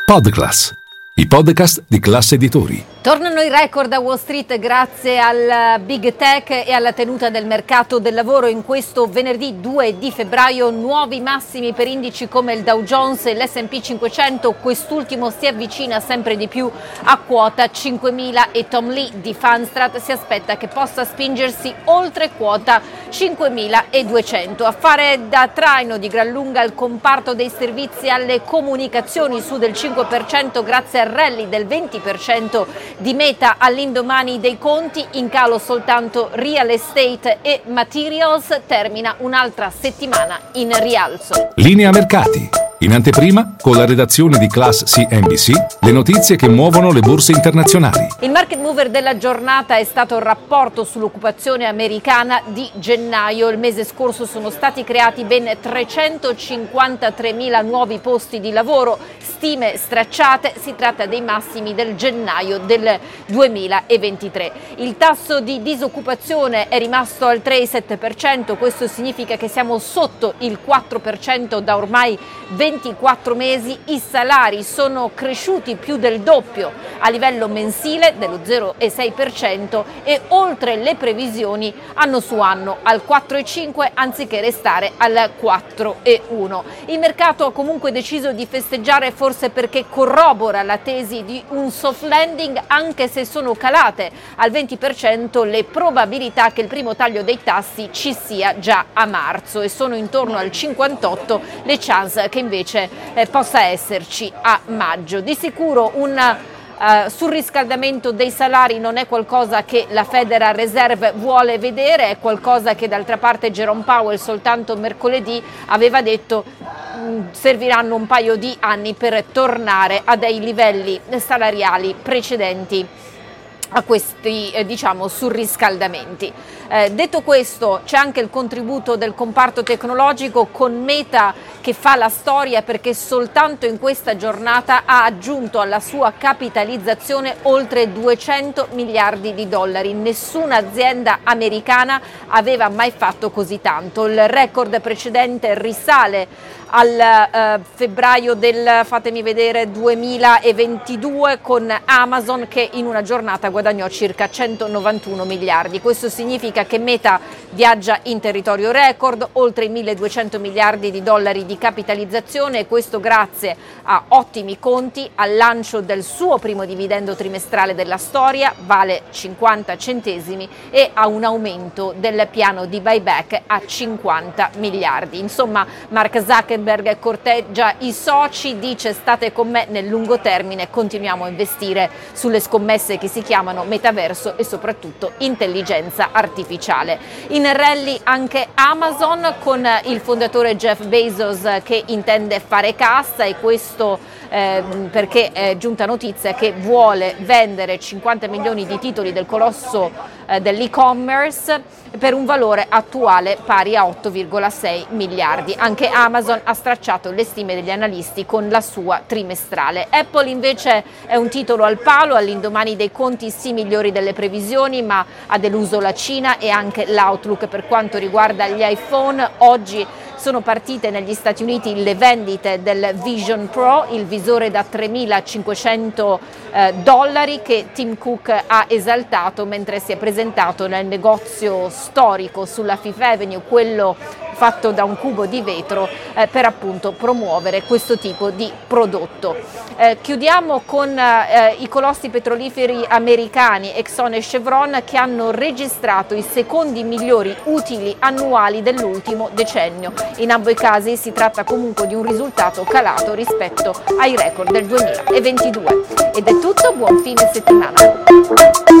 Podclass, i podcast di Class Editori. Tornano i record a Wall Street grazie al Big Tech e alla tenuta del mercato del lavoro. In questo venerdì 2 di febbraio nuovi massimi per indici come il Dow Jones e l'S&P 500, quest'ultimo si avvicina sempre di più a quota 5.000 e Tom Lee di Funstrat si aspetta che possa spingersi oltre quota 5.200. A fare da traino di gran lunga il comparto dei servizi alle comunicazioni, su del 5% grazie al rally del 20% di Meta all'indomani dei conti. In calo soltanto real estate e materials. Termina un'altra settimana in rialzo. Linea mercati. In anteprima, con la redazione di Class CNBC, le notizie che muovono le borse internazionali. Il market mover della giornata è stato il rapporto sull'occupazione americana di gennaio. Il mese scorso sono stati creati ben 353.000 nuovi posti di lavoro, stime stracciate, si tratta dei massimi del gennaio del 2023. Il tasso di disoccupazione è rimasto al 3,7%, questo significa che siamo sotto il 4% da ormai 24 mesi. I salari sono cresciuti più del doppio a livello mensile, dello 0,6%, e oltre le previsioni anno su anno al 4,5% anziché restare al 4,1%. Il mercato ha comunque deciso di festeggiare, forse perché corrobora la tesi di un soft landing, anche se sono calate al 20% le probabilità che il primo taglio dei tassi ci sia già a marzo, e sono intorno al 58% le chance che invece possa esserci a maggio. Di sicuro un surriscaldamento dei salari non è qualcosa che la Federal Reserve vuole vedere, è qualcosa che d'altra parte Jerome Powell soltanto mercoledì aveva detto serviranno un paio di anni per tornare a dei livelli salariali precedenti a questi surriscaldamenti. Detto questo, c'è anche il contributo del comparto tecnologico, con Meta che fa la storia perché soltanto in questa giornata ha aggiunto alla sua capitalizzazione oltre 200 miliardi di dollari. Nessuna azienda americana aveva mai fatto così tanto. Il record precedente risale al febbraio del 2022 con Amazon, che in una giornata guadagnò circa 191 miliardi. Questo significa che Meta viaggia in territorio record, oltre i 1.200 miliardi di dollari di capitalizzazione, e questo grazie a ottimi conti, al lancio del suo primo dividendo trimestrale della storia, vale 50 centesimi, e a un aumento del piano di buyback a 50 miliardi. Insomma, Mark Zuckerberg corteggia i soci, dice: state con me nel lungo termine, continuiamo a investire sulle scommesse che si chiamano metaverso e soprattutto intelligenza artificiale. In rally anche Amazon, con il fondatore Jeff Bezos che intende fare cassa, e questo perché è giunta notizia che vuole vendere 50 milioni di titoli del colosso dell'e-commerce per un valore attuale pari a 8,6 miliardi. Anche Amazon ha stracciato le stime degli analisti con la sua trimestrale. Apple invece è un titolo al palo, all'indomani dei conti sì migliori delle previsioni, ma ha deluso la Cina e anche l'outlook per quanto riguarda gli iPhone. Oggi sono partite negli Stati Uniti le vendite del Vision Pro, il visore da $3.500 che Tim Cook ha esaltato mentre si è presentato nel negozio storico sulla Fifth Avenue, quello fatto da un cubo di vetro, per appunto promuovere questo tipo di prodotto. Chiudiamo con i colossi petroliferi americani Exxon e Chevron, che hanno registrato i secondi migliori utili annuali dell'ultimo decennio. In ambo i casi si tratta comunque di un risultato calato rispetto ai record del 2022. Ed è tutto, buon fine settimana.